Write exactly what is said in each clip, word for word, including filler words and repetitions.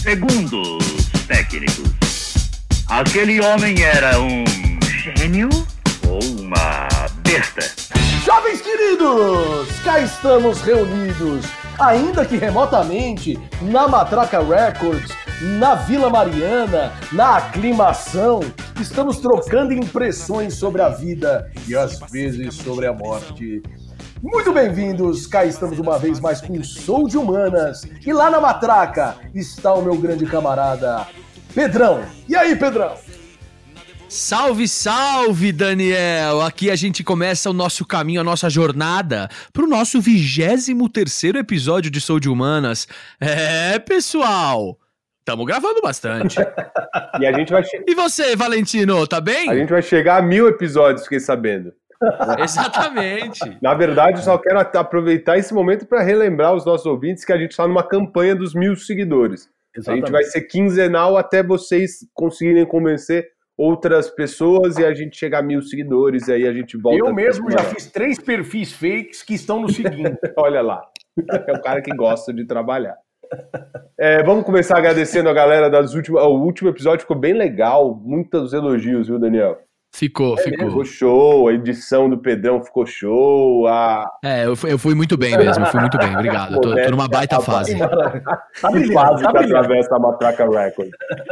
Segundo os técnicos, aquele homem era um gênio ou uma besta? Jovens queridos, cá estamos reunidos, ainda que remotamente, na Matraca Records, na Vila Mariana, na aclimação. Estamos trocando impressões sobre a vida e às vezes sobre a morte. Muito bem-vindos, cá estamos uma vez mais com Sou de Humanas. E lá na Matraca está o meu grande camarada, Pedrão. E aí, Pedrão? Salve, salve, Daniel! Aqui a gente começa o nosso caminho, a nossa jornada para o nosso vigésimo terceiro episódio de Sou de Humanas. É, pessoal, estamos gravando bastante. E a gente vai che- E você, Valentino, tá bem? A gente vai chegar a mil episódios, fiquei sabendo. Exatamente. Na verdade, eu só quero at- aproveitar esse momento para relembrar os nossos ouvintes que a gente está numa campanha dos mil seguidores. Exatamente. A gente vai ser quinzenal até vocês conseguirem convencer outras pessoas e a gente chegar a mil seguidores, e aí a gente volta... Eu mesmo já fiz três perfis fakes que estão no seguinte. Olha lá, é o cara que gosta de trabalhar. É, vamos começar agradecendo a galera das últimas... O último episódio ficou bem legal, muitos elogios, viu, Daniel? Ficou, ficou. Ficou show, a edição do Pedrão ficou show, a... É, eu fui, eu fui muito bem mesmo, eu fui muito bem, obrigado. Tô, tô numa baita fase. Tá Que brilhando, fase tá que brilhando. atravessa a Matraca Record.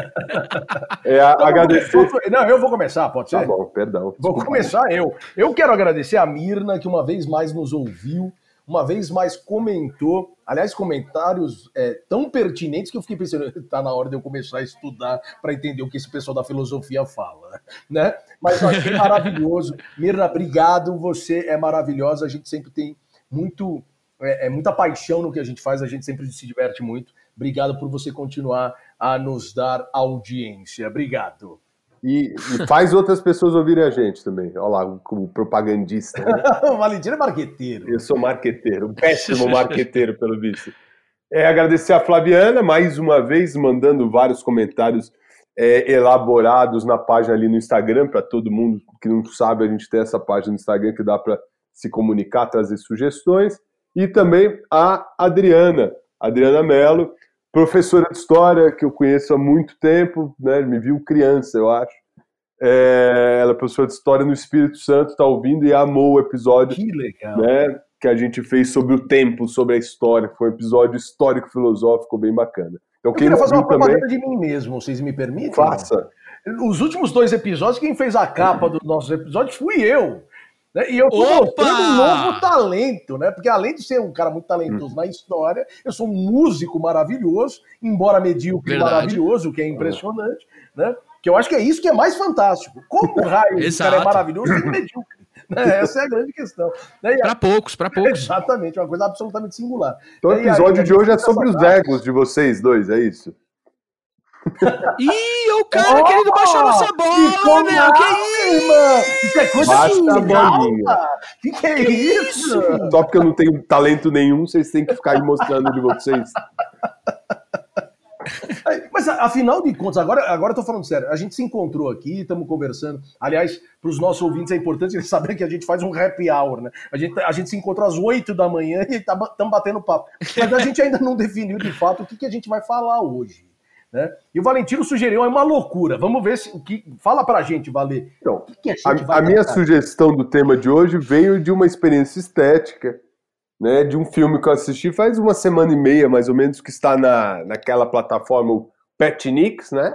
É, a- agradecer... Não, eu vou começar, pode ser? Tá bom, perdão. Vou Desculpa. começar eu. Eu quero agradecer a Mirna, que uma vez mais nos ouviu, uma vez mais comentou. Aliás, comentários é, tão pertinentes que eu fiquei pensando, tá na hora de eu começar a estudar para entender o que esse pessoal da filosofia fala, né? Mas eu achei maravilhoso. Mirna, obrigado, você é maravilhosa. A gente sempre tem muito, é, é, muita paixão no que a gente faz, a gente sempre se diverte muito. Obrigado por você continuar a nos dar audiência. Obrigado. E, e faz outras pessoas ouvirem a gente também. Olha lá, como propagandista. Né? O Valentino é marqueteiro. Eu sou marqueteiro, um péssimo marqueteiro, pelo visto. É, agradecer a Flaviana, mais uma vez, mandando vários comentários é, elaborados na página ali no Instagram, para todo mundo que não sabe, a gente tem essa página no Instagram que dá para se comunicar, trazer sugestões. E também a Adriana, Adriana Mello, professora de história que eu conheço há muito tempo, né, me viu criança, eu acho. É, ela é professora de história no Espírito Santo, está ouvindo e amou o episódio, Que legal. né, que a gente fez sobre o tempo, sobre a história. Foi um episódio histórico-filosófico bem bacana. Então, Eu quem queria não fazer viu uma também, propaganda de mim mesmo, vocês me permitem? faça. Os últimos dois episódios, quem fez a capa dos nossos episódios fui eu. Né? E eu tô Opa! mostrando um novo talento, né? Porque além de ser um cara muito talentoso na história, eu sou um músico maravilhoso, embora medíocre Verdade. maravilhoso, o que é impressionante, né? Que eu acho que é isso que é mais fantástico. Como o raio o Exato. cara é maravilhoso e medíocre? Né? Essa é a grande questão. Né? E a- Pra poucos, pra poucos. Exatamente, uma coisa absolutamente singular. Então, o E aí, episódio a de hoje é gente sobre os fez essa egos de vocês dois, é isso? Ih, o cara querendo baixar nossa bola, né, meu? Que isso? irmão? Isso é coisa Baixa de a bolinha. Que que é isso? Só porque eu não tenho talento nenhum, vocês têm que ficar aí mostrando de vocês. Mas afinal de contas, agora, agora eu tô falando sério, a gente se encontrou aqui, estamos conversando. Aliás, para os nossos ouvintes é importante eles saberem que a gente faz um happy hour, né? A gente, a gente se encontrou às oito da manhã e estamos batendo papo. Mas a gente ainda não definiu de fato o que, que a gente vai falar hoje. Né? E o Valentino sugeriu, é uma loucura. Vamos ver se o que. Fala pra gente, Valê. Então, O que, que a gente A, vai a minha tratar? sugestão do tema de hoje veio de uma experiência estética, né, de um filme que eu assisti faz uma semana e meia, mais ou menos, que está na, naquela plataforma, o Petnix, né?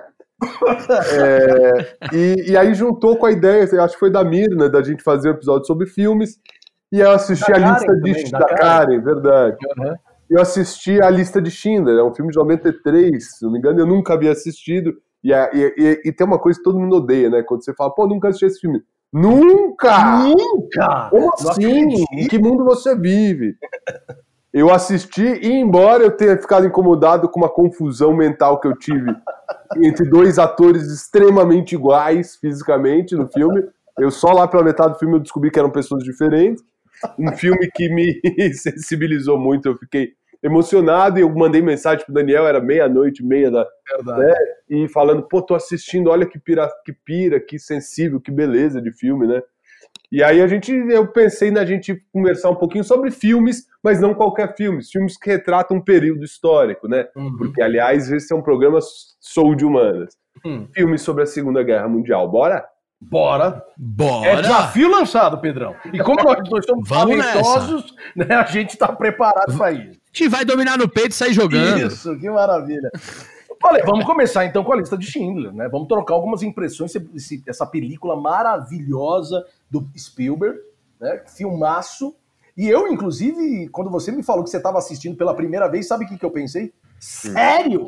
É, e, e aí juntou com a ideia, eu acho que foi da Mirna, da gente fazer um episódio sobre filmes, e eu assisti Da a Karen lista também, de... da Da Karen. Karen, verdade. Uhum. Eu assisti a Lista de Schindler, é um filme de noventa e três, se não me engano, eu nunca havia assistido, e, a- e- e- e tem uma coisa que todo mundo odeia, né? Quando você fala, pô, nunca assisti esse filme. Nunca! Nunca! Como Não assim? acredito. Em que mundo você vive? Eu assisti e, embora eu tenha ficado incomodado com uma confusão mental que eu tive entre dois atores extremamente iguais fisicamente no filme, eu só lá pela metade do filme eu descobri que eram pessoas diferentes. Um filme que me sensibilizou muito, eu fiquei emocionado e eu mandei mensagem pro Daniel, era meia-noite, meia da... Verdade. né? E falando, pô, tô assistindo, olha que pira, que pira, que sensível, que beleza de filme, né? E aí a gente, eu pensei na gente conversar um pouquinho sobre filmes, mas não qualquer filme, filmes que retratam um período histórico, né? Uhum. Porque, aliás, esse é um programa Sou de Humanas. Uhum. Filmes sobre a Segunda Guerra Mundial, bora? Bora! Bora! É desafio lançado, Pedrão. E como nós dois somos talentosos, né, a gente tá preparado para isso. A gente vai dominar no peito e sair jogando. Isso, que maravilha. Olha, vamos começar então com a lista de Schindler, né? Vamos trocar algumas impressões sobre essa película maravilhosa do Spielberg, né? Filmaço. E eu, inclusive, quando você me falou que você estava assistindo pela primeira vez, sabe o que, que eu pensei? Sério?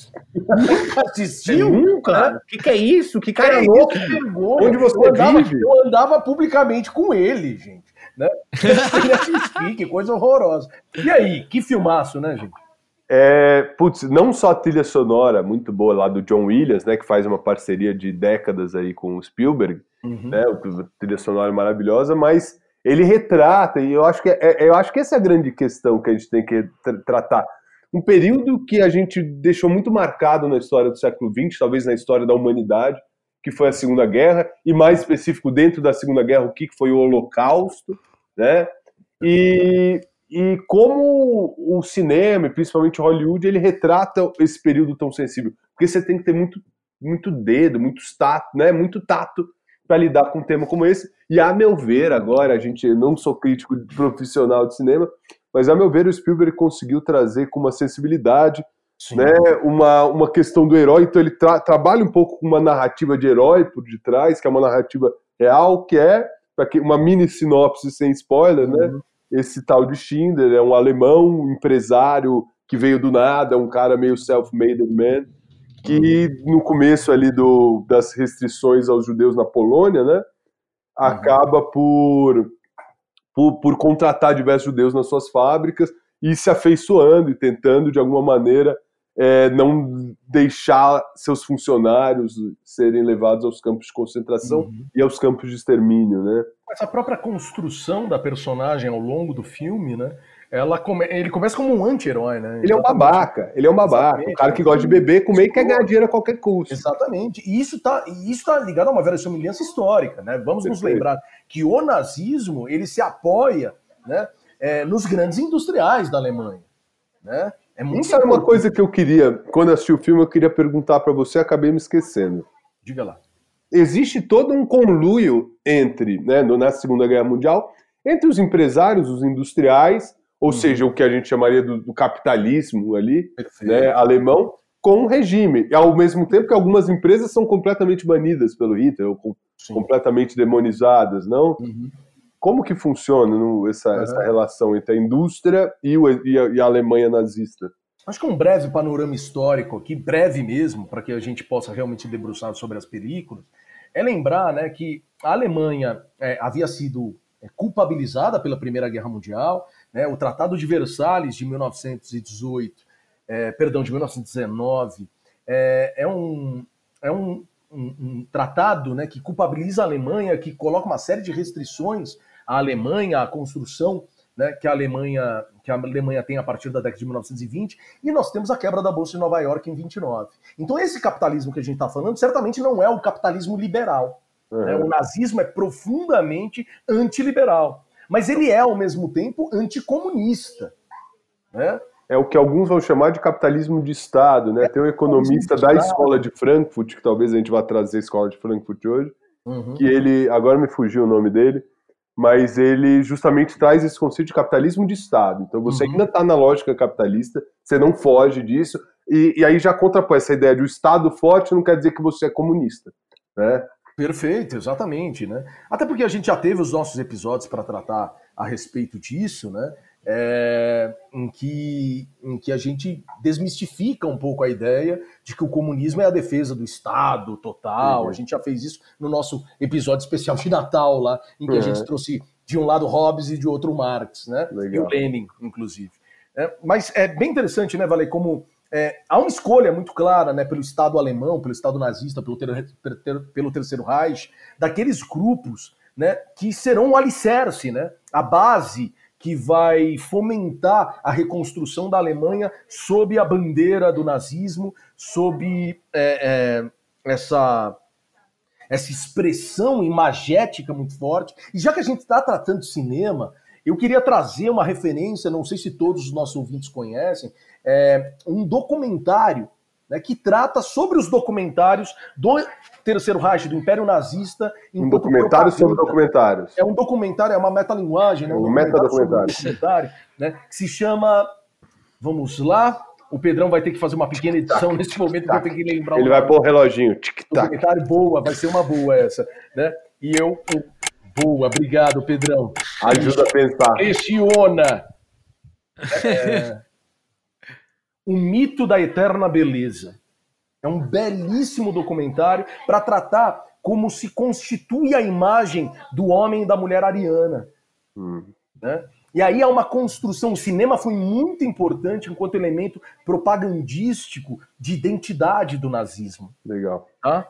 Nunca assistiu? Nunca? O que, que é isso? Que cara é louco? Pegou. Onde você eu andava, vive? Eu andava publicamente com ele, gente. Né? Eu assisti, que coisa horrorosa. E aí, que filmaço, né, gente? É, putz, não só a trilha sonora muito boa lá do John Williams, né, que faz uma parceria de décadas aí com o Spielberg, uhum. né, a trilha sonora maravilhosa, mas ele retrata, e eu acho que, é, eu acho que essa é a grande questão que a gente tem que tra- tratar. Um período que a gente deixou muito marcado na história do século vinte, talvez na história da humanidade, que foi a Segunda Guerra, e mais específico dentro da Segunda Guerra, o que foi o Holocausto, né, e... E como o cinema, e principalmente Hollywood, ele retrata esse período tão sensível. Porque você tem que ter muito, muito dedo, muito tato, né? muito tato para lidar com um tema como esse. E a meu ver, agora, a gente, eu não sou crítico profissional de cinema, mas a meu ver o Spielberg conseguiu trazer com uma sensibilidade, né? uma, uma questão do herói. Então ele tra- trabalha um pouco com uma narrativa de herói por detrás, que é uma narrativa real, que é uma mini sinopse sem spoiler, né? Uhum. Esse tal de Schindler é um alemão, um empresário que veio do nada, um cara meio self-made man, que no começo ali do, das restrições aos judeus na Polônia, né, acaba por, por, por contratar diversos judeus nas suas fábricas e se afeiçoando e tentando, de alguma maneira, é, não deixar seus funcionários serem levados aos campos de concentração uhum. e aos campos de extermínio, né? Essa própria construção da personagem ao longo do filme, né? Ela come... Ele começa como um anti-herói, né? Ele Exatamente. é um babaca, ele é um babaca, Exatamente. um cara que gosta de beber, comer e quer ganhar dinheiro a qualquer custo. Exatamente. E isso tá, isso tá ligado a uma verossimilhança histórica, né? Vamos Perfeito. nos lembrar que o nazismo, ele se apoia, né, é, nos grandes industriais da Alemanha, né? É muito Isso era uma coisa que eu queria, quando assisti o filme, eu queria perguntar para você, acabei me esquecendo. Diga lá. Existe todo um conluio entre, né, na Segunda Guerra Mundial, entre os empresários, os industriais, ou uhum. seja, o que a gente chamaria do, do capitalismo ali, né, alemão, com o regime. E ao mesmo tempo que algumas empresas são completamente banidas pelo Hitler, ou com, completamente demonizadas, não? Uhum. Como que funciona no, essa, uhum. essa relação entre a indústria e, o, e, a, e a Alemanha nazista? Acho que um breve panorama histórico aqui, breve mesmo, para que a gente possa realmente debruçar sobre as películas, é lembrar, né, que a Alemanha é, havia sido é, culpabilizada pela Primeira Guerra Mundial, né, o Tratado de Versalhes de mil novecentos e dezoito, é, perdão, de mil novecentos e dezenove, é, é, um, é um, um, um tratado, né, que culpabiliza a Alemanha, que coloca uma série de restrições à Alemanha, à construção, né, que a Alemanha que a Alemanha tem a partir da década de mil novecentos e vinte, e nós temos a quebra da Bolsa de Nova York em vinte e nove. Então esse capitalismo que a gente está falando certamente não é o capitalismo liberal. Uhum. Né? O nazismo é profundamente antiliberal, mas ele é ao mesmo tempo anticomunista. Né? É o que alguns vão chamar de capitalismo de Estado. Né? É, tem um economista da Escola de Frankfurt, que talvez a gente vá trazer a Escola de Frankfurt hoje, uhum. que ele, agora me fugiu o nome dele, mas ele justamente traz esse conceito de capitalismo de Estado. Então você uhum. ainda está na lógica capitalista, você não foge disso, e, e aí já contrapõe essa ideia de o Estado forte não quer dizer que você é comunista, né? Perfeito, exatamente, né? Até porque a gente já teve os nossos episódios para tratar a respeito disso, né? É, em, que, em que a gente desmistifica um pouco a ideia de que o comunismo é a defesa do Estado total. Uhum. A gente já fez isso no nosso episódio especial de Natal lá, em que uhum. a gente trouxe de um lado Hobbes e de outro Marx, né? Legal. E o Lenin, inclusive. É, mas é bem interessante, né, Valei, como é, há uma escolha muito clara, né, pelo Estado alemão, pelo Estado nazista, pelo, ter, ter, pelo Terceiro Reich, daqueles grupos, né, que serão o alicerce, né, a base que vai fomentar a reconstrução da Alemanha sob a bandeira do nazismo, sob é, é, essa, essa expressão imagética muito forte. E já que a gente está tratando de cinema, eu queria trazer uma referência, não sei se todos os nossos ouvintes conhecem, é, um documentário, né, que trata sobre os documentários do Terceiro Reich, do Império Nazista. Um documentário sobre documentários. É um documentário, é uma metalinguagem, né, um, um metadocumentário, documentário, né, que se chama... Vamos lá... O Pedrão vai ter que fazer uma pequena edição nesse momento que eu tenho que lembrar. Ele vai pôr o reloginho. Documentário boa, vai ser uma boa essa, né? E eu... Boa, obrigado, Pedrão. Ajuda a pensar. Pressiona. É... O Mito da Eterna Beleza. É um belíssimo documentário para tratar como se constitui a imagem do homem e da mulher ariana. Hum. Né? E aí há uma construção. O cinema foi muito importante enquanto elemento propagandístico de identidade do nazismo. Legal. Tá?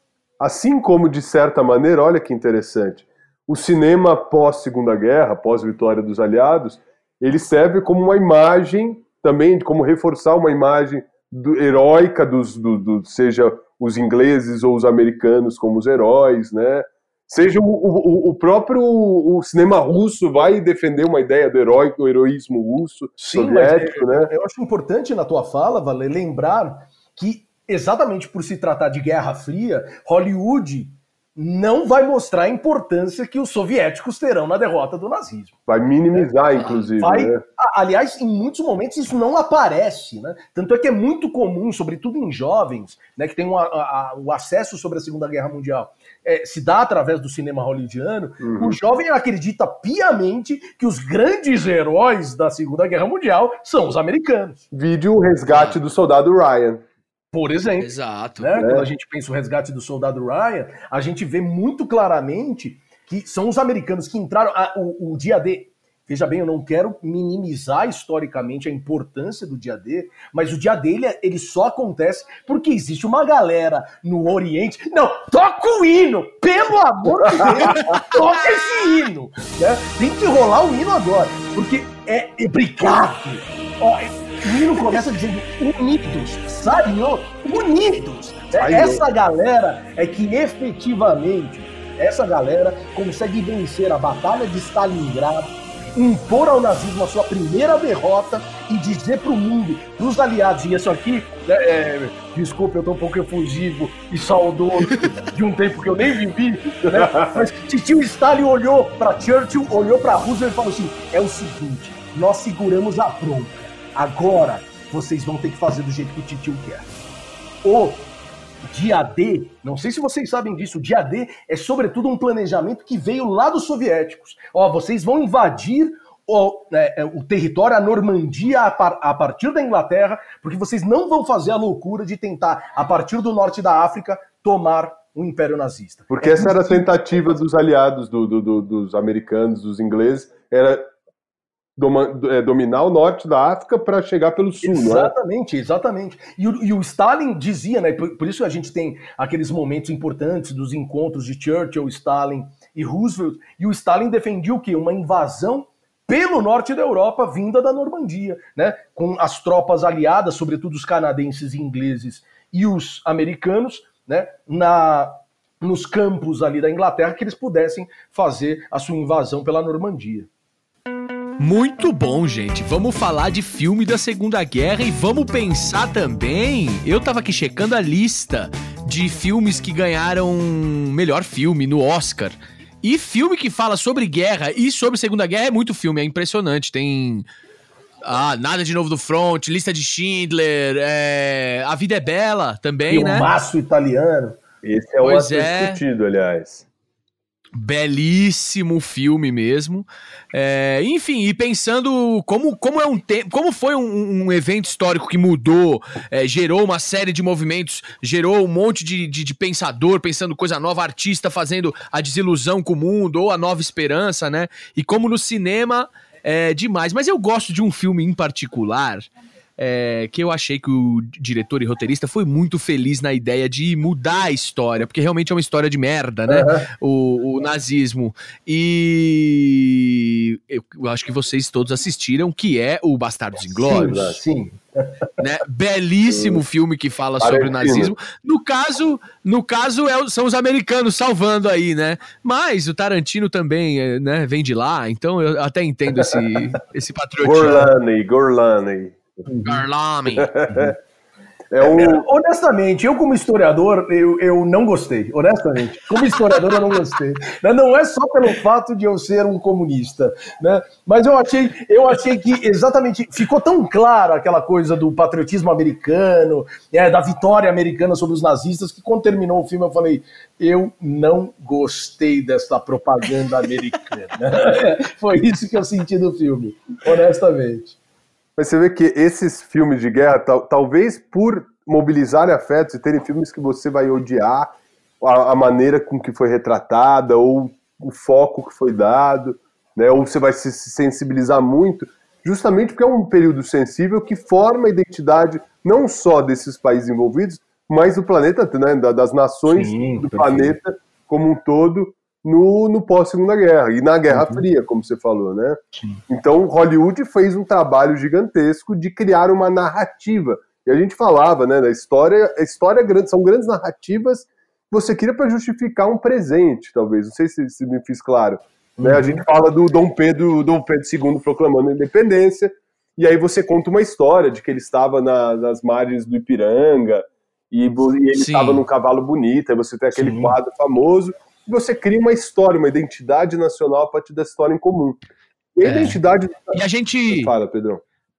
Assim como, de certa maneira, olha que interessante, o cinema pós-Segunda Guerra, pós-vitória dos aliados, ele serve como uma imagem também, como reforçar uma imagem do, heróica, dos, do, do, seja os ingleses ou os americanos como os heróis, né? Seja o, o, o próprio o cinema russo vai defender uma ideia do herói, do heroísmo russo, Sim, soviético, mas, né? Eu acho importante na tua fala, Valer, lembrar que exatamente por se tratar de Guerra Fria, Hollywood não vai mostrar a importância que os soviéticos terão na derrota do nazismo. Vai minimizar, é. inclusive. Vai, né? Aliás, em muitos momentos isso não aparece, né? Tanto é que é muito comum, sobretudo em jovens, né, que tem um, a, a, o acesso sobre a Segunda Guerra Mundial, é, se dá através do cinema hollywoodiano, uhum. O jovem acredita piamente que os grandes heróis da Segunda Guerra Mundial são os americanos. Vídeo o resgate do soldado Ryan. Por exemplo. Exato. Né? É. Quando a gente pensa o resgate do soldado Ryan, a gente vê muito claramente que são os americanos que entraram... A, o, o dia D... Veja bem, eu não quero minimizar historicamente a importância do dia D, mas o dia D ele, ele só acontece porque existe uma galera no Oriente... Não, toca o hino! Pelo amor de Deus, toca esse hino! Né? Tem que rolar o hino agora, porque é... é obrigado! Ó, o hino começa dizendo unidos, Saiô, unidos. Saiô. Essa galera é que efetivamente, essa galera consegue vencer a Batalha de Stalingrado, impor ao nazismo a sua primeira derrota e dizer para o mundo, para os aliados, e isso aqui, né, é, desculpa, eu tô um pouco efusivo e saudoso de um tempo que eu nem vivi, né, mas tio Stalin olhou para Churchill, olhou para Roosevelt e falou assim, é o seguinte, nós seguramos a bronca. Agora, vocês vão ter que fazer do jeito que o Titio quer. O dia D, não sei se vocês sabem disso, o dia D é sobretudo um planejamento que veio lá dos soviéticos. Ó, vocês vão invadir o, é, o território, a Normandia, a, par, a partir da Inglaterra, porque vocês não vão fazer a loucura de tentar, a partir do norte da África, tomar o Império Nazista. Porque é essa era a tentativa dos aliados, do, do, do, dos americanos, dos ingleses, era... dominar o norte da África para chegar pelo sul, exatamente, não é? Exatamente. E o, e o Stalin dizia, né? Por, por isso a gente tem aqueles momentos importantes dos encontros de Churchill, Stalin e Roosevelt. E o Stalin defendia o quê? Uma invasão pelo norte da Europa, vinda da Normandia, né? Com as tropas aliadas, sobretudo os canadenses e ingleses e os americanos, né? Na, nos campos ali da Inglaterra, que eles pudessem fazer a sua invasão pela Normandia. Muito bom, gente. Vamos falar de filme da Segunda Guerra e vamos pensar também... Eu tava aqui checando a lista de filmes que ganharam melhor filme no Oscar. E filme que fala sobre guerra e sobre Segunda Guerra é muito filme, é impressionante. Tem... Ah, Nada de Novo do Front, Lista de Schindler, é... A Vida é Bela também, e né? Filmaço italiano. Esse é o mais discutido, aliás. Belíssimo filme mesmo. É, enfim, e pensando como, como, é um te- como foi um, um evento histórico que mudou, é, gerou uma série de movimentos, gerou um monte de, de, de pensador pensando coisa nova, artista fazendo a desilusão com o mundo ou a nova esperança, né? E como no cinema é demais. Mas eu gosto de um filme em particular... É, que eu achei que o diretor e roteirista foi muito feliz na ideia de mudar a história, porque realmente é uma história de merda, né? Uhum. O, o nazismo. E eu, eu acho que vocês todos assistiram, que é o Bastardos Inglórios. Sim, sim. Né? Belíssimo filme que fala sobre o nazismo. No caso, no caso é, são os americanos salvando aí, né? Mas o Tarantino também, né, vem de lá, então eu até entendo esse, esse patriotismo. Gorlami, Gorlami. Gorlami. É um... Honestamente, eu como historiador, eu, eu não gostei. Honestamente, como historiador eu não gostei. Não é só pelo fato de eu ser um comunista, né? Mas eu achei, eu achei que exatamente ficou tão clara aquela coisa do patriotismo americano, é, da vitória americana sobre os nazistas, que quando terminou o filme eu falei, eu não gostei dessa propaganda americana. Foi isso que eu senti do filme, honestamente. Mas você vê que esses filmes de guerra, tal, talvez por mobilizarem afetos e terem filmes que você vai odiar a, a maneira com que foi retratada, ou o foco que foi dado, né, ou você vai se sensibilizar muito, justamente porque é um período sensível que forma a identidade não só desses países envolvidos, mas do planeta, né, das nações Sim, do perfeito. planeta como um todo, no, no pós-Segunda Guerra, e na Guerra uhum. Fria, como você falou, né? Sim. Então, Hollywood fez um trabalho gigantesco de criar uma narrativa, e a gente falava, né, da história, a história é grande, são grandes narrativas que você cria para justificar um presente, talvez, não sei se, se me fiz claro, uhum. né? A gente fala do Dom Pedro, Dom Pedro segundo proclamando a independência, e aí você conta uma história de que ele estava na, nas margens do Ipiranga, e, e ele Sim. estava num cavalo bonito, aí você tem aquele Sim. quadro famoso, e você cria uma história, uma identidade nacional a partir dessa história em comum. E a é. identidade... E a gente... Fala, Pedrão.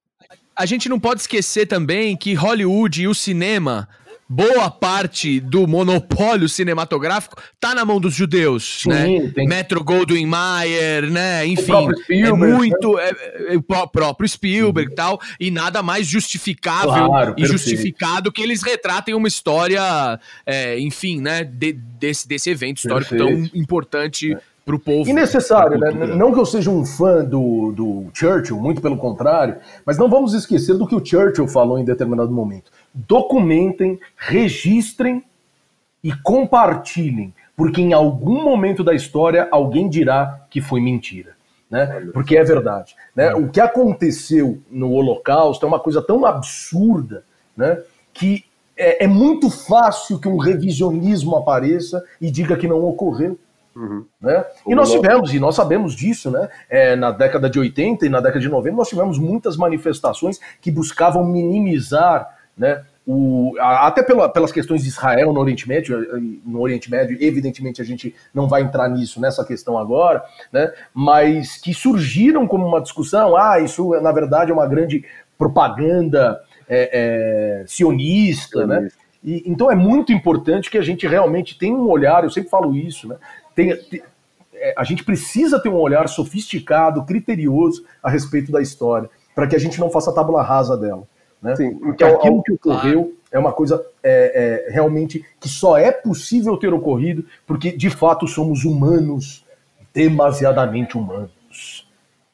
A gente não pode esquecer também que Hollywood e o cinema, boa parte do monopólio cinematográfico tá na mão dos judeus, Sim, né? Tem... Metro Goldwyn Mayer, né? Enfim, é muito... Né? É, é, o próprio Spielberg e uhum. tal, e nada mais justificável claro, e perfeito. justificado que eles retratem uma história, é, enfim, né? De, desse, desse evento histórico perfeito. tão importante... É. Pro povo. E necessário, né? Não que eu seja um fã do, do Churchill, muito pelo contrário, mas não vamos esquecer do que o Churchill falou em determinado momento. Documentem, registrem e compartilhem, porque em algum momento da história alguém dirá que foi mentira, né? Porque é verdade, né? O que aconteceu no Holocausto é uma coisa tão absurda, né? Que é, é muito fácil que um revisionismo apareça e diga que não ocorreu. Uhum. Né? E nós tivemos, e nós sabemos disso, né? É, na década de oitenta e na década de noventa nós tivemos muitas manifestações que buscavam minimizar, né, o, a, até pela, pelas questões de Israel no Oriente Médio, no Oriente Médio, evidentemente a gente não vai entrar nisso, nessa questão agora, né, mas que surgiram como uma discussão, ah, isso na verdade é uma grande propaganda é, é, sionista, sionista. né? E, então é muito importante que a gente realmente tenha um olhar, eu sempre falo isso, né? Tem, tem, a gente precisa ter um olhar sofisticado, criterioso a respeito da história, para que a gente não faça a tábula rasa dela. Né? Sim, porque então, aquilo que ocorreu é uma coisa é, é, realmente que só é possível ter ocorrido porque, de fato, somos humanos, demasiadamente humanos.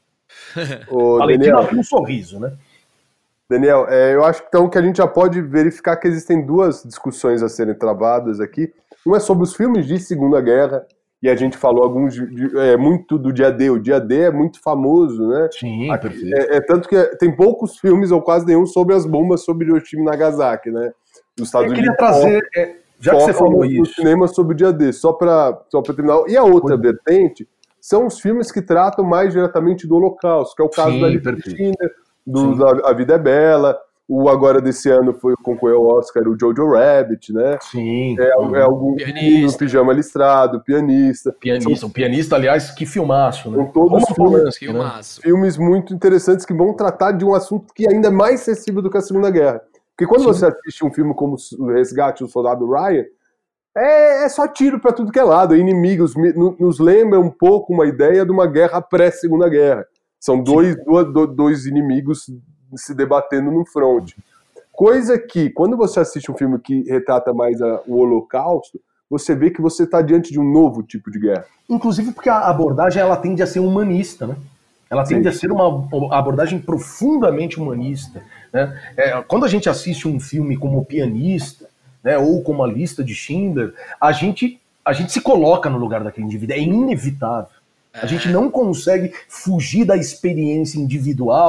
Ô, Falei Daniel, de um sorriso, né? Daniel, é, eu acho então que a gente já pode verificar que existem duas discussões a serem travadas aqui. Uma é sobre os filmes de Segunda Guerra, e a gente falou alguns de, de, é, muito do Dia D. O Dia D é muito famoso, né? Sim, Aqui, perfeito. É, é tanto que tem poucos filmes, ou quase nenhum, sobre as bombas sobre Hiroshima e Nagasaki, né? Dos Estados eu queria Unidos, trazer, é, já que você falou isso... no cinema sobre o Dia D, só para só para terminar. E a outra Foi. vertente são os filmes que tratam mais diretamente do Holocausto, que é o caso Sim, da Alice do a, a Vida é Bela, o agora desse ano foi concorreu ao Oscar o Jojo Rabbit, né? Sim. É, é algum menino, pijama listrado, pianista. Pianista, são, um pianista, aliás, que filmaço, né? São todos filmes, filmaço. filmes muito interessantes que vão tratar de um assunto que é ainda mais sensível do que a Segunda Guerra. Porque quando Sim. você assiste um filme como O Resgate do Soldado Ryan, é, é só tiro para tudo que é lado, inimigos, nos lembra um pouco uma ideia de uma guerra pré-Segunda Guerra. São dois, dois, dois inimigos se debatendo no front. Coisa que, quando você assiste um filme que retrata mais a, o Holocausto, você vê que você está diante de um novo tipo de guerra. Inclusive porque a abordagem ela tende a ser humanista, né? Ela tende Sim. a ser uma abordagem profundamente humanista. Né? É, quando a gente assiste um filme como O Pianista, né, ou como A Lista de Schindler, a gente, a gente se coloca no lugar daquele indivíduo. É inevitável. A gente não consegue fugir da experiência individual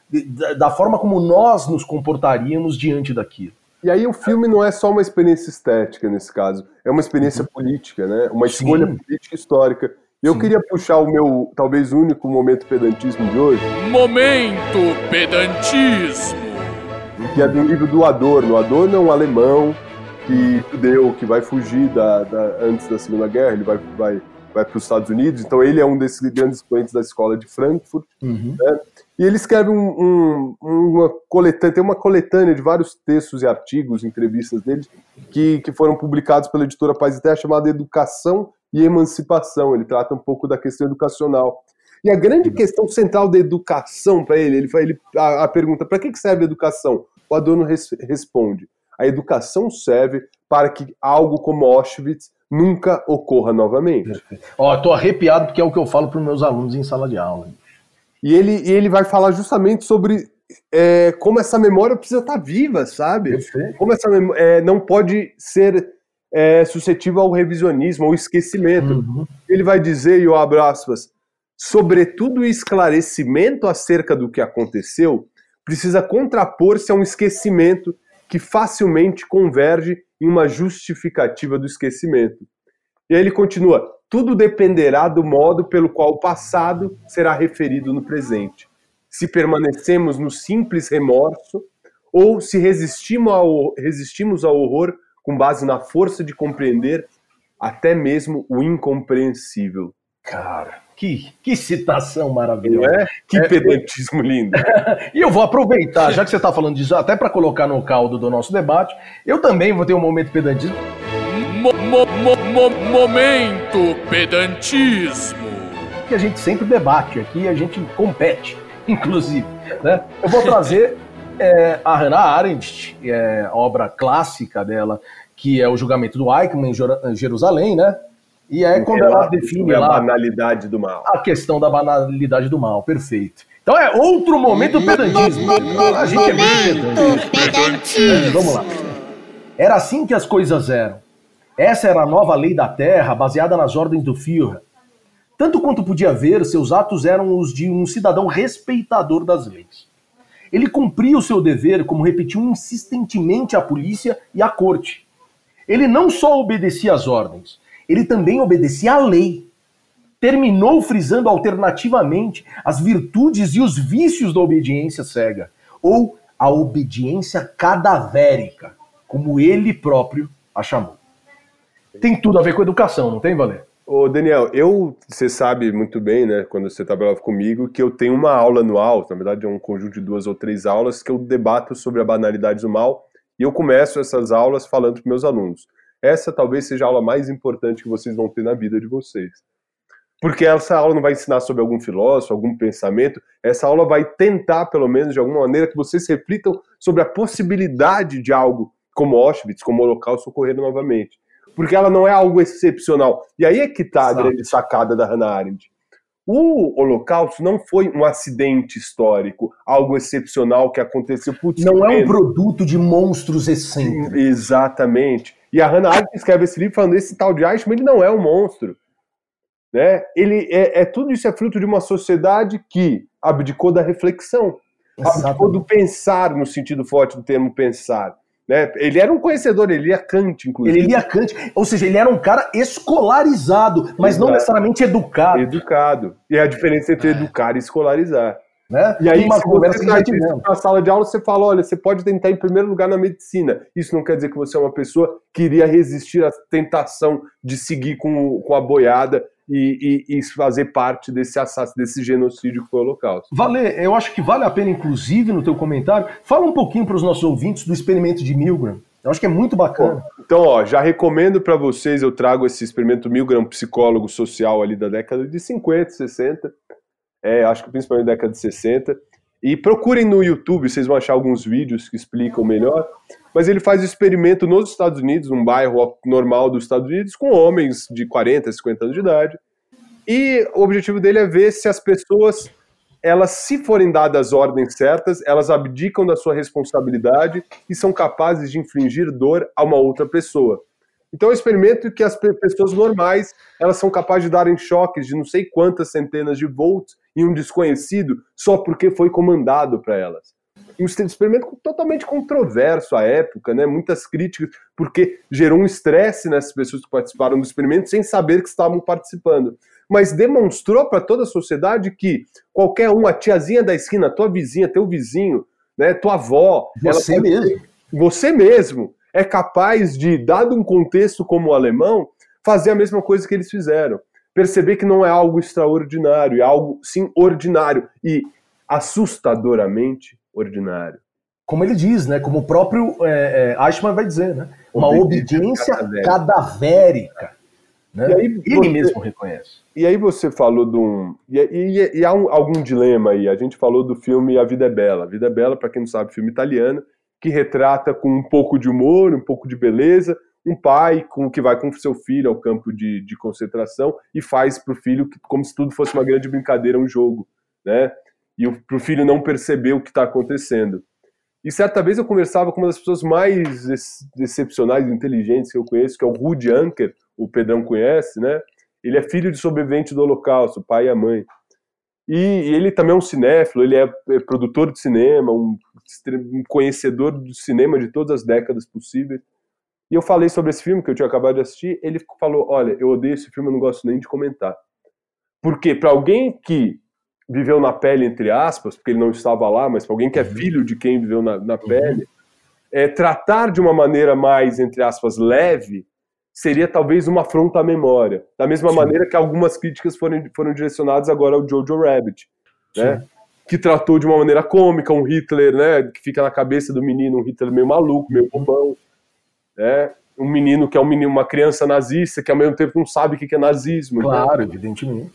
da, da forma como nós nos comportaríamos diante daquilo. E aí o filme não é só uma experiência estética nesse caso, é uma experiência uhum. política, né? Uma escolha Sim. política histórica. E eu Sim. queria puxar o meu, talvez, único momento pedantismo de hoje. Momento pedantismo! Que é do livro do Adorno. O Adorno é um alemão que judeu, que vai fugir da, da, antes da Segunda Guerra, ele vai, vai, vai para os Estados Unidos, então ele é um desses grandes expoentes da escola de Frankfurt, uhum. né? E ele escreve um, um, uma coletânea, tem uma coletânea de vários textos e artigos, entrevistas dele, que, que foram publicados pela editora Paz e Terra, chamada Educação e Emancipação. Ele trata um pouco da questão educacional. E a grande questão central da educação para ele, ele, ele a, a pergunta, para que serve a educação? O Adorno res, responde, a educação serve para que algo como Auschwitz nunca ocorra novamente. Ó, eu tô arrepiado porque é o que eu falo para os meus alunos em sala de aula. E ele, e ele vai falar justamente sobre é, como essa memória precisa estar viva, sabe? Perfeito. Como essa memória é, não pode ser é, suscetível ao revisionismo, ao esquecimento. Uhum. Ele vai dizer, e eu abro aspas, sobretudo o esclarecimento acerca do que aconteceu precisa contrapor-se a um esquecimento que facilmente converge em uma justificativa do esquecimento. E aí ele continua, tudo dependerá do modo pelo qual o passado será referido no presente. Se permanecemos no simples remorso ou se resistimos ao, resistimos ao horror com base na força de compreender até mesmo o incompreensível. Cara, que, que citação maravilhosa. Não é? Que é, pedantismo lindo. E eu vou aproveitar, já que você está falando disso, até para colocar no caldo do nosso debate, eu também vou ter um momento pedantismo. Mo, mo, mo, mo, momento pedantismo. Que a gente sempre debate aqui, a gente compete, inclusive. Né? Eu vou trazer é, a Hannah Arendt, é, a obra clássica dela, que é o julgamento do Eichmann em Jerusalém, né? E é quando ela define lá a banalidade do mal. A questão da banalidade do mal, perfeito. Então é outro momento pedantismo. A gente é muito pedantista. Vamos lá. Era assim que as coisas eram. Essa era a nova lei da terra, baseada nas ordens do Führer. Tanto quanto podia ver, seus atos eram os de um cidadão respeitador das leis. Ele cumpria o seu dever, como repetiu insistentemente a polícia e a corte. Ele não só obedecia às ordens, ele também obedecia à lei. Terminou frisando alternativamente as virtudes e os vícios da obediência cega, ou a obediência cadavérica, como ele próprio a chamou. Tem tudo a ver com educação, não tem, Valer? Ô, Daniel, eu, você sabe muito bem, né, quando você trabalhava comigo, que eu tenho uma aula anual, na verdade é um conjunto de duas ou três aulas, que eu debato sobre a banalidade do mal, e eu começo essas aulas falando para meus alunos. Essa talvez seja a aula mais importante que vocês vão ter na vida de vocês. Porque essa aula não vai ensinar sobre algum filósofo, algum pensamento, essa aula vai tentar, pelo menos de alguma maneira, que vocês reflitam sobre a possibilidade de algo como Auschwitz, como o Holocausto ocorrer novamente. Porque ela não é algo excepcional. E aí é que está a grande sacada da Hannah Arendt. O Holocausto não foi um acidente histórico, algo excepcional que aconteceu. Putz, não é um produto de monstros excêntricos. Exatamente. E a Hannah Arendt escreve esse livro falando, esse tal de Eichmann, ele não é um monstro. Né? Ele é, é, tudo isso é fruto de uma sociedade que abdicou da reflexão, Exatamente. abdicou do pensar, no sentido forte do termo pensar. Né? Ele era um conhecedor, ele lia Kant, inclusive. Ele lia Kant, ou seja, ele era um cara escolarizado, mas Exato. não necessariamente educado. Educado. E a diferença entre é. educar e escolarizar. Né? E aí, se você sai na sala de aula, você fala, olha, você pode tentar em primeiro lugar na medicina. Isso não quer dizer que você é uma pessoa que iria resistir à tentação de seguir com, com a boiada e, e, e fazer parte desse assassino, desse genocídio que foi o Holocausto. Vale, eu acho que vale a pena, inclusive, no teu comentário, fala um pouquinho para os nossos ouvintes do experimento de Milgram. Eu acho que é muito bacana. Bom, então, ó, já recomendo para vocês, eu trago esse experimento Milgram, psicólogo social ali da década de cinquenta, sessenta, é, acho que principalmente da década de sessenta, e procurem no YouTube, vocês vão achar alguns vídeos que explicam melhor, mas ele faz o experimento nos Estados Unidos, num bairro normal dos Estados Unidos, com homens de quarenta, cinquenta anos de idade, e o objetivo dele é ver se as pessoas, elas, se forem dadas ordens certas, elas abdicam da sua responsabilidade e são capazes de infligir dor a uma outra pessoa. Então é um experimento que as pessoas normais, elas são capazes de darem choques de não sei quantas centenas de volts em um desconhecido só porque foi comandado para elas. Um experimento totalmente controverso à época, né? Muitas críticas, porque gerou um estresse nessas pessoas que participaram do experimento sem saber que estavam participando. Mas demonstrou para toda a sociedade que qualquer um, a tiazinha da esquina, tua vizinha, teu vizinho, né, tua avó... Você ela, mesmo. Você mesmo é capaz de, dado um contexto como o alemão, fazer a mesma coisa que eles fizeram. Perceber que não é algo extraordinário, é algo, sim, ordinário e assustadoramente ordinário. Como ele diz, né? Como o próprio é, é, Eichmann vai dizer, né? Uma obediência, obediência cadavérica. Né? E aí ele você, mesmo reconhece. E aí você falou de um... E, e, e há um, algum dilema aí. A gente falou do filme A Vida é Bela. A Vida é Bela, para quem não sabe, filme italiano, que retrata com um pouco de humor, um pouco de beleza, um pai com, que vai com seu filho ao campo de, de concentração e faz para o filho como se tudo fosse uma grande brincadeira, um jogo, né? E para o filho não perceber o que está acontecendo. E certa vez eu conversava com uma das pessoas mais ex excepcionais e inteligentes que eu conheço, que é o Rudi Anker, o Pedrão conhece, né? Ele é filho de sobrevivente do Holocausto, o pai e a mãe. E, e ele também é um cinéfilo, ele é, é produtor de cinema, um, um conhecedor do cinema de todas as décadas possíveis. E eu falei sobre esse filme que eu tinha acabado de assistir, ele falou, olha, eu odeio esse filme, eu não gosto nem de comentar. Porque para alguém que viveu na pele, entre aspas, porque ele não estava lá, mas para alguém que é filho de quem viveu na, na pele, é, tratar de uma maneira mais, entre aspas, leve, seria talvez uma afronta à memória. Da mesma Sim. maneira que algumas críticas foram, foram direcionadas agora ao Jojo Rabbit, né? Que tratou de uma maneira cômica um Hitler, né? Que fica na cabeça do menino, um Hitler meio maluco, meio bobão, né? Um menino que é um menino, uma criança nazista, que ao mesmo tempo não sabe o que é nazismo. Claro, né? evidentemente.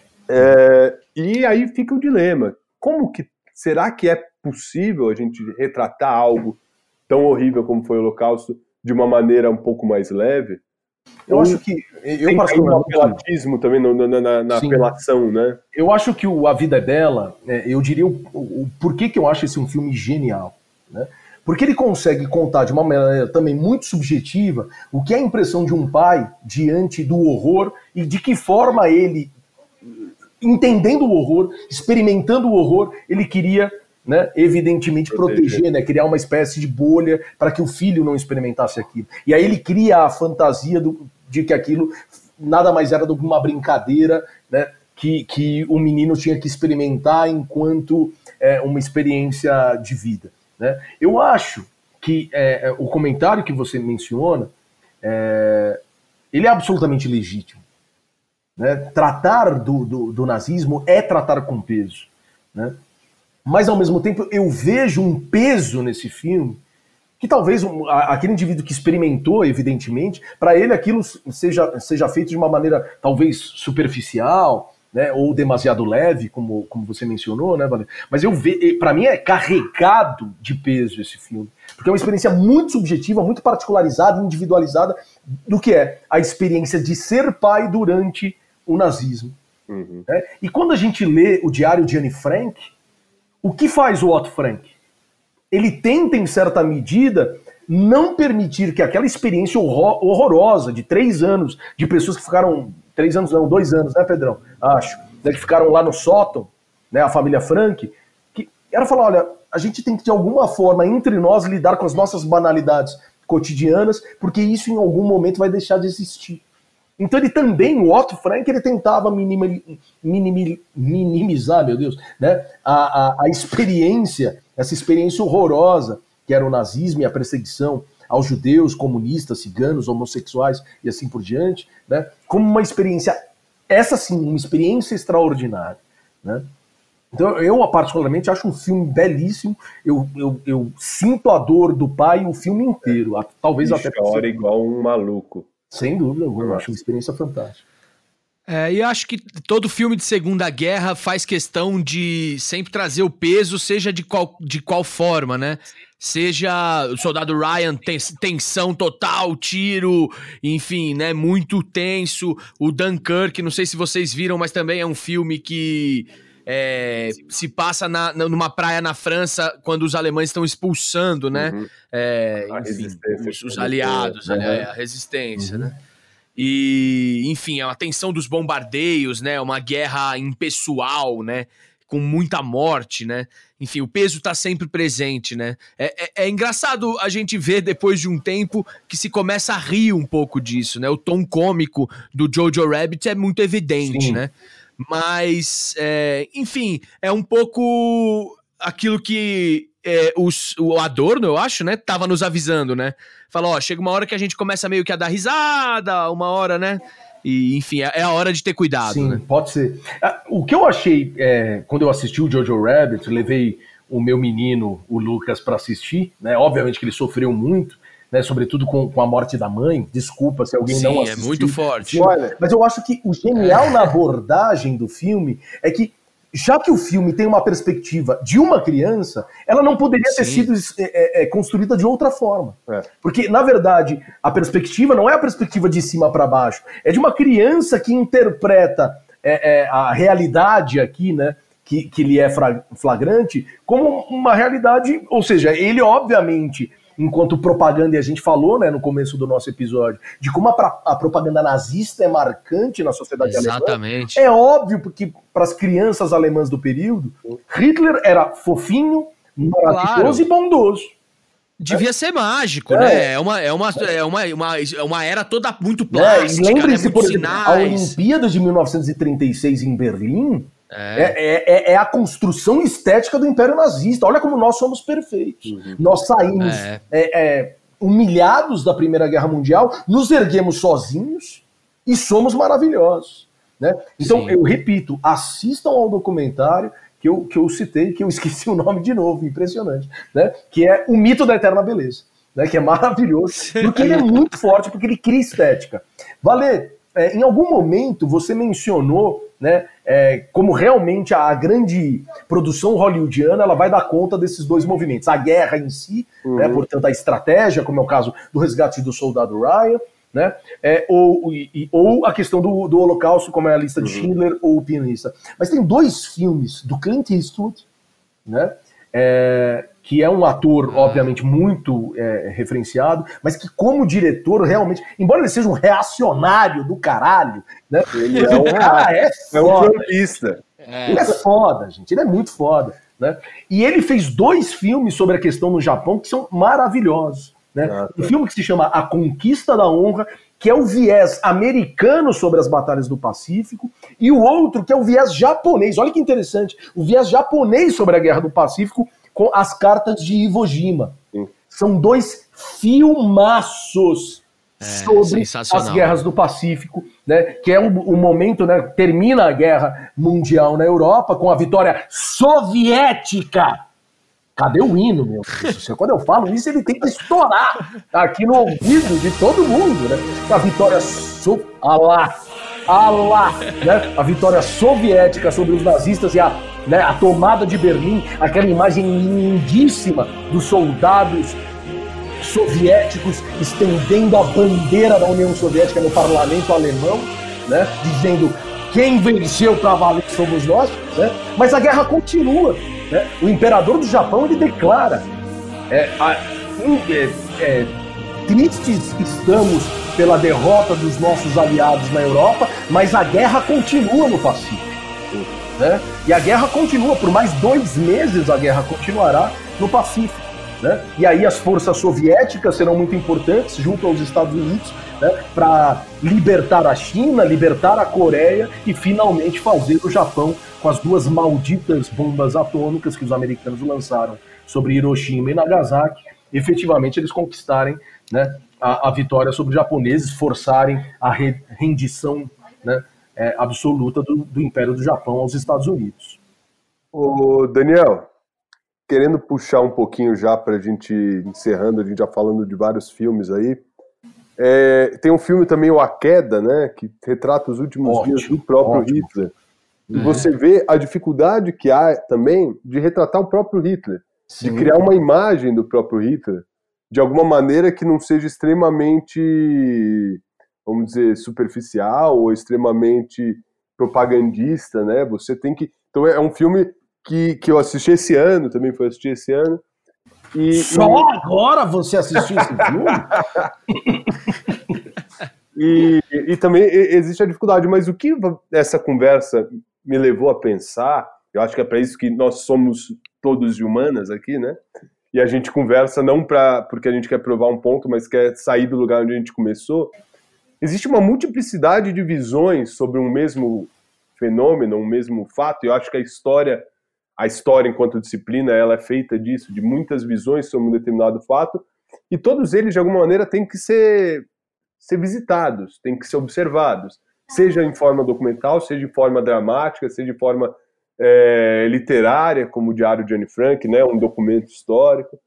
É, e aí fica o dilema. Como que, será que é possível a gente retratar algo tão horrível como foi o Holocausto de uma maneira um pouco mais leve? Eu Ou acho que... Eu tem um apelatismo também na, na, na apelação, né? Eu acho que o A Vida é Bela, é, eu diria o, o, o porquê que eu acho esse um filme genial, né? Porque ele consegue contar de uma maneira também muito subjetiva o que é a impressão de um pai diante do horror e de que forma ele, entendendo o horror, experimentando o horror, ele queria, né, evidentemente proteger, proteger né, criar uma espécie de bolha para que o filho não experimentasse aquilo. E aí ele cria a fantasia do, de que aquilo nada mais era do que uma brincadeira, né, que, que o menino tinha que experimentar enquanto é, uma experiência de vida. Né? Eu acho que é, o comentário que você menciona, é, ele é absolutamente legítimo. Né? Tratar do, do, do nazismo é tratar com peso. Né? Mas, ao mesmo tempo, eu vejo um peso nesse filme que talvez um, aquele indivíduo que experimentou, evidentemente, para ele aquilo seja, seja feito de uma maneira talvez superficial, né, ou demasiado leve, como, como você mencionou, né, Valério? Mas eu vejo, para mim é carregado de peso esse filme, porque é uma experiência muito subjetiva, muito particularizada, individualizada do que é a experiência de ser pai durante o nazismo. Uhum. Né? E quando a gente lê o diário de Anne Frank, o que faz o Otto Frank? Ele tenta, em certa medida, não permitir que aquela experiência horror, horrorosa de três anos, de pessoas que ficaram... Três anos não, dois anos, né, Pedrão? Acho. Né, que ficaram lá no sótão, né, a família Frank, que era falar, olha, a gente tem que, de alguma forma, entre nós, lidar com as nossas banalidades cotidianas, porque isso, em algum momento, vai deixar de existir. Então ele também, o Otto Frank, ele tentava minimi, minimi, minimizar, meu Deus, né, a, a, a experiência, essa experiência horrorosa, que era o nazismo e a perseguição aos judeus, comunistas, ciganos, homossexuais e assim por diante, né, como uma experiência, essa sim, uma experiência extraordinária. Né? Então eu, particularmente, acho um filme belíssimo, eu, eu, eu sinto a dor do pai o filme inteiro, é. talvez Ixi, até... chora igual um maluco. Sem dúvida alguma, eu acho uma experiência fantástica. É, e acho que todo filme de Segunda Guerra faz questão de sempre trazer o peso, seja de qual, de qual forma, né? Seja o Soldado Ryan, tensão total, tiro, enfim, né? Muito tenso. O Dunkirk, não sei se vocês viram, mas também é um filme que é, se passa na, numa praia na França quando os alemães estão expulsando, né? Uhum. É, enfim, os, os aliados, uhum. né? A resistência, uhum. né? E, enfim, é uma tensão dos bombardeios, né? Uma guerra impessoal, né? com muita morte, né? Enfim, o peso tá sempre presente, né? É, é, é engraçado a gente ver depois de um tempo que se começa a rir um pouco disso, né? O tom cômico do Jojo Rabbit é muito evidente, Sim. né? Mas, é, enfim, é um pouco aquilo que é, os, o Adorno, eu acho, né? Tava nos avisando, né? Falou, ó, chega uma hora que a gente começa meio que a dar risada, uma hora, né? E, enfim, é a hora de ter cuidado, Sim, né? Pode ser. O que eu achei, é, quando eu assisti o Jojo Rabbit, levei o meu menino, o Lucas, para assistir, né? Obviamente que ele sofreu muito, né? Sobretudo com, com a morte da mãe. Desculpa se alguém Sim, não assistiu. Sim, é muito forte. Olha, mas eu acho que o genial é. na abordagem do filme é que, já que o filme tem uma perspectiva de uma criança, ela não poderia Sim. ter sido é, é, construída de outra forma. É. Porque, na verdade, a perspectiva não é a perspectiva de cima para baixo, é de uma criança que interpreta é, é, a realidade aqui, né, que, que lhe é flagrante, como uma realidade, ou seja, ele obviamente... enquanto propaganda, e a gente falou, né, no começo do nosso episódio, de como a, a propaganda nazista é marcante na sociedade Exatamente. alemã. É óbvio, porque para as crianças alemãs do período, Hitler era fofinho, maravilhoso claro. e bondoso. Devia é. ser mágico, é. né? É uma, é, uma, é, uma, uma, é uma era toda muito plástica, é, lembrem-se, né? por exemplo, a Olimpíada de mil novecentos e trinta e seis em Berlim, É. É, é, é a construção estética do Império Nazista. Olha como nós somos perfeitos. Uhum. Nós saímos é. É, é, humilhados da Primeira Guerra Mundial, nos erguemos sozinhos e somos maravilhosos, né? Então, Sim. eu repito, assistam ao documentário que eu, que eu citei, que eu esqueci o nome de novo, impressionante, né? Que é O Mito da Eterna Beleza, né? Que é maravilhoso, porque ele é muito forte, porque ele cria estética. Valê, é, em algum momento você mencionou, né, é, como realmente a grande produção hollywoodiana ela vai dar conta desses dois movimentos, a guerra em si, uhum. né, portanto a estratégia, como é o caso do Resgate do Soldado Ryan, né, é, ou, e, ou a questão do, do Holocausto, como é a Lista de uhum. Schindler ou o Pianista. Mas tem dois filmes do Clint Eastwood, né, é, que é um ator, obviamente, muito é, referenciado, mas que como diretor, realmente, embora ele seja um reacionário do caralho, né? Ele é um cara, é foda. É um jornalista. É. Ele é foda, gente, ele é muito foda, né? E ele fez dois filmes sobre a questão no Japão que são maravilhosos, né? Ah, tá. Um filme que se chama A Conquista da Honra, que é o viés americano sobre as batalhas do Pacífico, e o outro que é o viés japonês. Olha que interessante, o viés japonês sobre a Guerra do Pacífico, com As Cartas de Iwo Jima. Sim. São dois filmaços é, sobre as guerras do Pacífico, né, que é o, o momento, né, termina a Guerra Mundial na Europa com a vitória soviética. Cadê o hino, meu Deus? Quando eu falo isso, ele tem que estourar aqui no ouvido de todo mundo, né? A vitória so... Alá, Alá, né? A vitória soviética sobre os nazistas e a, né, a tomada de Berlim, aquela imagem lindíssima dos soldados soviéticos estendendo a bandeira da União Soviética no parlamento alemão, né? Dizendo quem venceu para valer somos nós, né? Mas a guerra continua. Né? O imperador do Japão ele declara é, a, é, é, tristes estamos pela derrota dos nossos aliados na Europa, mas a guerra continua no Pacífico, né? E a guerra continua, por mais dois meses a guerra continuará no Pacífico, né? E aí as forças soviéticas serão muito importantes junto aos Estados Unidos, né, para libertar a China, libertar a Coreia e finalmente fazer o Japão, com as duas malditas bombas atômicas que os americanos lançaram sobre Hiroshima e Nagasaki, efetivamente eles conquistarem, né, a, a vitória sobre os japoneses, forçarem a re, rendição, né, é, absoluta do, do Império do Japão aos Estados Unidos. Ô Daniel, querendo puxar um pouquinho já para a gente encerrando, a gente já falando de vários filmes aí, É, tem um filme também, o A Queda, né, que retrata os últimos ótimo, dias do próprio ótimo. Hitler. E é. você vê a dificuldade que há também de retratar o próprio Hitler, Sim. de criar uma imagem do próprio Hitler, de alguma maneira que não seja extremamente, vamos dizer, superficial ou extremamente propagandista, né? Você tem que... Então é um filme que, que eu assisti esse ano, também foi assistir esse ano. E, Só e... agora você assistiu esse filme? e, e também existe a dificuldade, mas o que essa conversa me levou a pensar Eu acho que é para isso que nós somos todos de humanas aqui, né? E a gente conversa não pra, porque a gente quer provar um ponto, mas quer sair do lugar onde a gente começou. Existe uma multiplicidade de visões sobre um mesmo fenômeno, um mesmo fato, e eu acho que a história, a história enquanto disciplina, ela é feita disso, de muitas visões sobre um determinado fato, e todos eles, de alguma maneira, têm que ser, ser visitados, têm que ser observados, seja em forma documental, seja em forma dramática, seja em forma é, literária, como o Diário de Anne Frank, né, um documento histórico.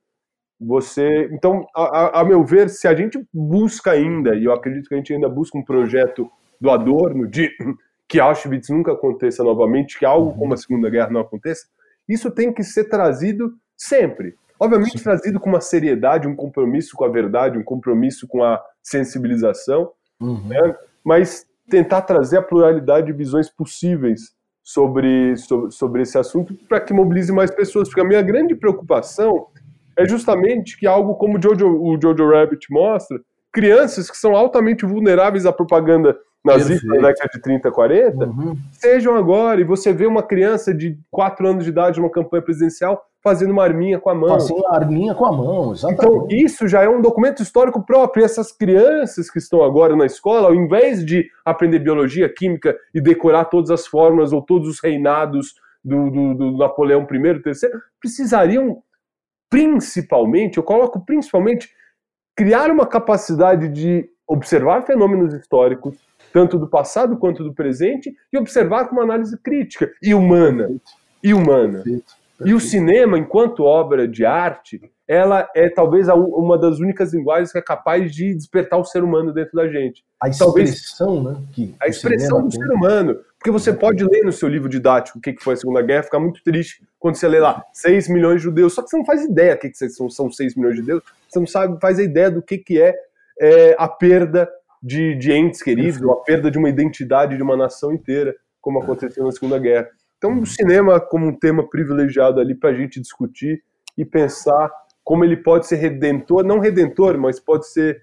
Você, então, a, a meu ver, se a gente busca ainda, e eu acredito que a gente ainda busca um projeto do Adorno, de que Auschwitz nunca aconteça novamente, que algo como a Segunda Guerra não aconteça, isso tem que ser trazido sempre. Obviamente, Sim. trazido com uma seriedade, um compromisso com a verdade, um compromisso com a sensibilização, uhum. né? Mas tentar trazer a pluralidade de visões possíveis sobre, sobre, sobre esse assunto para que mobilize mais pessoas, porque a minha grande preocupação é justamente que algo como o Jojo, o Jojo Rabbit mostra, crianças que são altamente vulneráveis à propaganda nazista na década de trinta, quarenta, uhum. sejam agora, e você vê uma criança de quatro anos de idade numa campanha presidencial fazendo uma arminha com a mão. Fazendo uma arminha com a mão, exatamente. Então, isso já é um documento histórico próprio, e essas crianças que estão agora na escola, ao invés de aprender biologia, química e decorar todas as fórmulas ou todos os reinados do, do, do Napoleão I, terceiro, precisariam principalmente, eu coloco principalmente, criar uma capacidade de observar fenômenos históricos, tanto do passado quanto do presente, e observar com uma análise crítica e humana. Perfeito. E humana. Perfeito. Perfeito. E o cinema, enquanto obra de arte, ela é talvez a, uma das únicas linguagens que é capaz de despertar o ser humano dentro da gente. A expressão, talvez, né? Que a expressão do tem. ser humano. Porque você pode ler no seu livro didático o que foi a Segunda Guerra, ficar muito triste quando você lê lá seis milhões de judeus, só que você não faz ideia do que, que são, são seis milhões de judeus, você não sabe, faz a ideia do que, que é, é a perda de, de entes queridos, ou a perda de uma identidade de uma nação inteira, como aconteceu na Segunda Guerra. Então o cinema como um tema privilegiado ali para a gente discutir e pensar como ele pode ser redentor, não redentor, mas pode ser,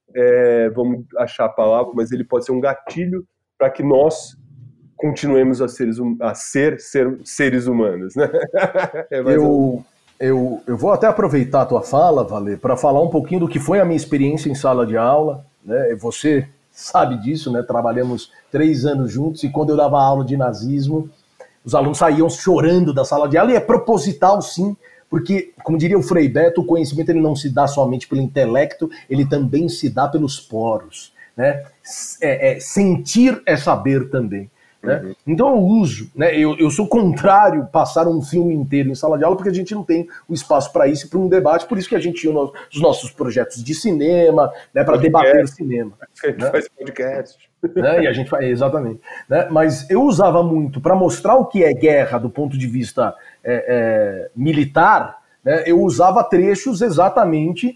é, vamos achar a palavra, mas ele pode ser um gatilho para que nós continuemos a, seres, a ser, ser seres humanos, né? É eu, eu, eu vou até aproveitar a tua fala, Valê, para falar um pouquinho do que foi a minha experiência em sala de aula, né? Você sabe disso, né? Trabalhamos três anos juntos, e quando eu dava aula de nazismo, os alunos saíam chorando da sala de aula, e é proposital, sim, porque, como diria o Frei Beto, o conhecimento ele não se dá somente pelo intelecto, ele também se dá pelos poros, né? É, é, sentir é saber também. Né? Uhum. Então eu uso, né, eu, eu sou contrário a passar um filme inteiro em sala de aula, porque a gente não tem o espaço para isso, para um debate, por isso que a gente tinha os nossos projetos de cinema, né, para debater cinema. A gente né? faz podcast. Né, e a gente faz, exatamente. Né, mas eu usava muito, para mostrar o que é guerra do ponto de vista é, é, militar, né, eu usava trechos exatamente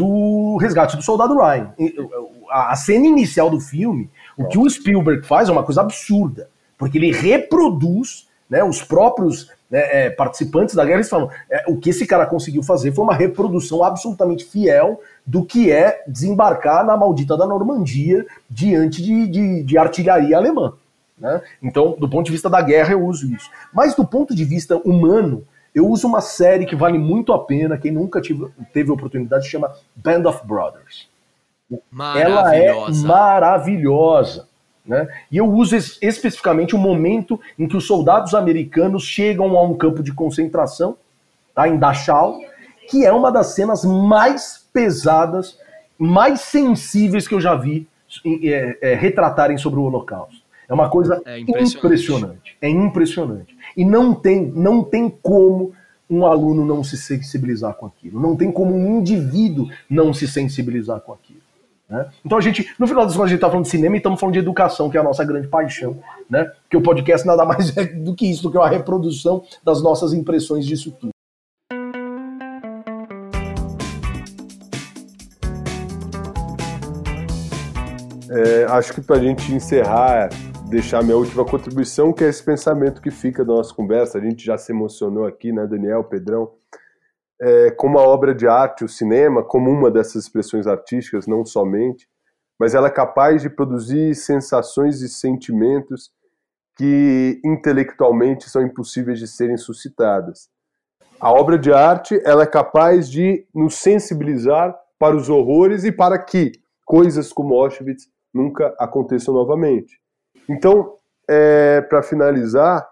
do Resgate do Soldado Ryan. A, a cena inicial do filme, o que o Spielberg faz é uma coisa absurda, porque ele reproduz, né, os próprios né, é, participantes da guerra, eles falam, é, o que esse cara conseguiu fazer foi uma reprodução absolutamente fiel do que é desembarcar na maldita da Normandia diante de, de, de artilharia alemã. Né? Então, do ponto de vista da guerra, eu uso isso. Mas do ponto de vista humano, eu uso uma série que vale muito a pena, quem nunca tive, teve a oportunidade, chama Band of Brothers. Ela é maravilhosa. Né? E eu uso es- especificamente o momento em que os soldados americanos chegam a um campo de concentração, tá, em Dachau, que é uma das cenas mais pesadas, mais sensíveis que eu já vi é, é, retratarem sobre o Holocausto. É uma coisa é impressionante. impressionante. É impressionante. E não tem, não tem como um aluno não se sensibilizar com aquilo. Não tem como um indivíduo não se sensibilizar com aquilo. Né? Então a gente, no final das contas, a gente está falando de cinema e estamos falando de educação, que é a nossa grande paixão, né? Porque o podcast nada mais é do que isso, do que uma reprodução das nossas impressões disso tudo. É, acho que para a gente encerrar, deixar minha última contribuição, que é esse pensamento que fica da nossa conversa. A gente já se emocionou aqui, né, Daniel, Pedrão? É, como a obra de arte, o cinema, como uma dessas expressões artísticas, não somente, mas ela é capaz de produzir sensações e sentimentos que intelectualmente são impossíveis de serem suscitadas. A obra de arte, ela é capaz de nos sensibilizar para os horrores e para que coisas como Auschwitz nunca aconteçam novamente. Então, é, para finalizar,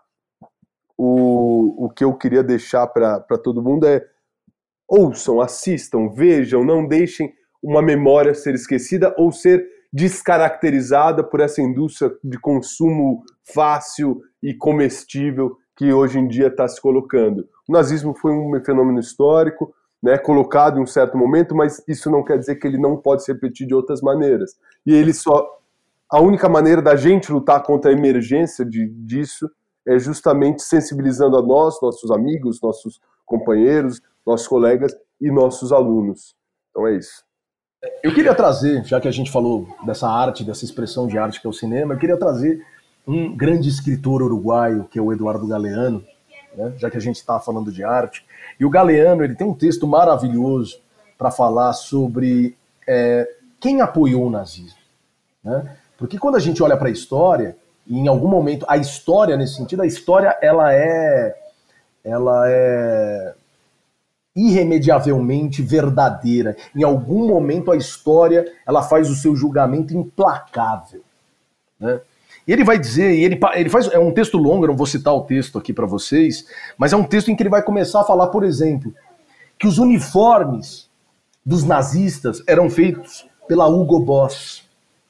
o, o que eu queria deixar para todo mundo é: ouçam, assistam, vejam, não deixem uma memória ser esquecida ou ser descaracterizada por essa indústria de consumo fácil e comestível que hoje em dia está se colocando. O nazismo foi um fenômeno histórico, né, colocado em um certo momento, mas isso não quer dizer que ele não pode se repetir de outras maneiras. E ele só... A única maneira da gente lutar contra a emergência de, disso é justamente sensibilizando a nós, nossos amigos, nossos companheiros, nossos colegas e nossos alunos. Então é isso. Eu queria trazer, já que a gente falou dessa arte, dessa expressão de arte que é o cinema, eu queria trazer um grande escritor uruguaio, que é o Eduardo Galeano, né, já que a gente está falando de arte. E o Galeano, ele tem um texto maravilhoso para falar sobre é, quem apoiou o nazismo, né? Porque quando a gente olha para a história, e em algum momento, a história, nesse sentido, a história, ela é, ela é irremediavelmente verdadeira. Em algum momento, a história, ela faz o seu julgamento implacável, né? E ele vai dizer, e ele, ele faz, é um texto longo, eu não vou citar o texto aqui para vocês, mas é um texto em que ele vai começar a falar, por exemplo, que os uniformes dos nazistas eram feitos pela Hugo Boss.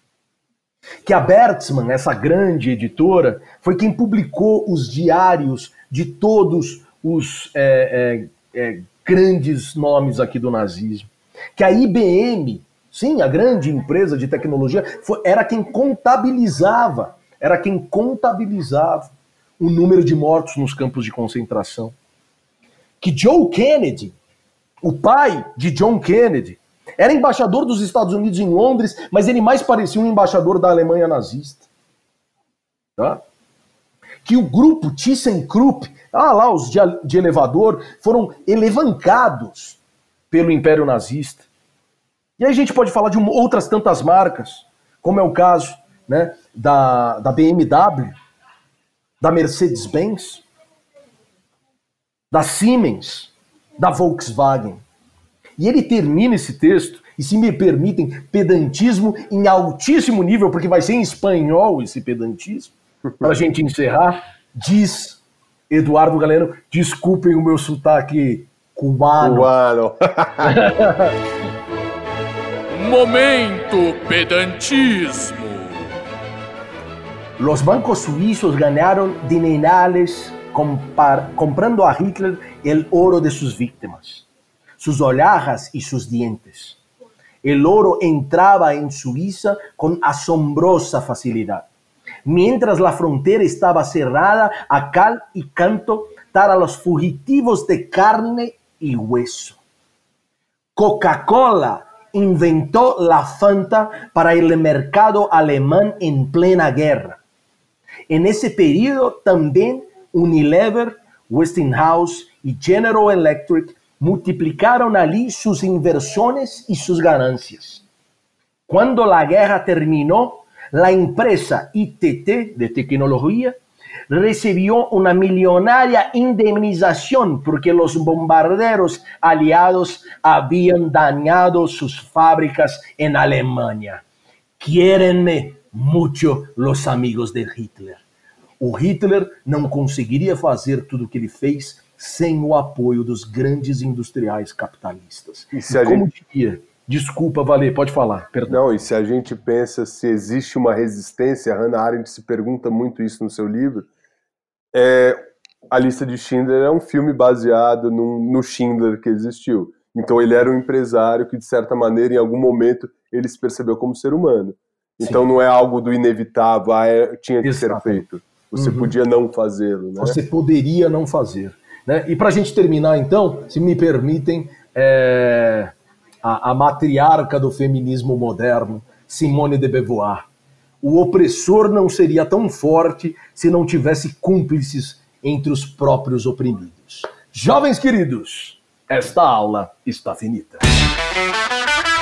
Que a Bertelsmann, essa grande editora, foi quem publicou os diários de todos os é, é, é, grandes nomes aqui do nazismo. Que a I B M, sim, a grande empresa de tecnologia, foi, era quem contabilizava, era quem contabilizava o número de mortos nos campos de concentração. Que Joe Kennedy, o pai de John Kennedy, era embaixador dos Estados Unidos em Londres, mas ele mais parecia um embaixador da Alemanha nazista. Tá? Que o grupo ThyssenKrupp, ah lá, os de, de elevador, foram elevancados pelo Império Nazista. E aí a gente pode falar de uma, outras tantas marcas, como é o caso, né, da, da B M W, da Mercedes-Benz, da Siemens, da Volkswagen. E ele termina esse texto, e se me permitem, pedantismo em altíssimo nível, porque vai ser em espanhol esse pedantismo, para a gente encerrar, diz Eduardo Galeano, desculpem o meu sotaque cubano. Cubano. Momento pedantismo. Los bancos suizos ganaron dinerales comprando a Hitler el oro de sus víctimas, sus olhajas y sus dientes. El oro entraba en Suiza con asombrosa facilidad, mientras la frontera estaba cerrada a cal y canto para los fugitivos de carne y hueso. Coca-Cola inventó la Fanta para el mercado alemán en plena guerra. En ese periodo también Unilever, Westinghouse y General Electric multiplicaron allí sus inversiones y sus ganancias. Cuando la guerra terminó, la empresa I T T de tecnología recibió una millonaria indemnización porque los bombarderos aliados habían dañado sus fábricas en Alemania. Quiérenme mucho los amigos de Hitler. O Hitler não conseguiria fazer tudo o que ele fez sem o apoio dos grandes industriais capitalistas. E se e como gente... diria, desculpa, Valê, pode falar, perdão. Não, e se a gente pensa se existe uma resistência, a Hannah Arendt se pergunta muito isso no seu livro, é, a Lista de Schindler é um filme baseado no, no Schindler que existiu. Então ele era um empresário que, de certa maneira, em algum momento, ele se percebeu como ser humano. Então Sim. não é algo do inevitável, ah, é, tinha que Exato. ser feito. Você uhum. podia não fazê-lo, né? Você poderia não fazer. Né? E para a gente terminar, então, se me permitem, é, a, a matriarca do feminismo moderno, Simone de Beauvoir. O opressor não seria tão forte se não tivesse cúmplices entre os próprios oprimidos. Jovens queridos, esta aula está finita.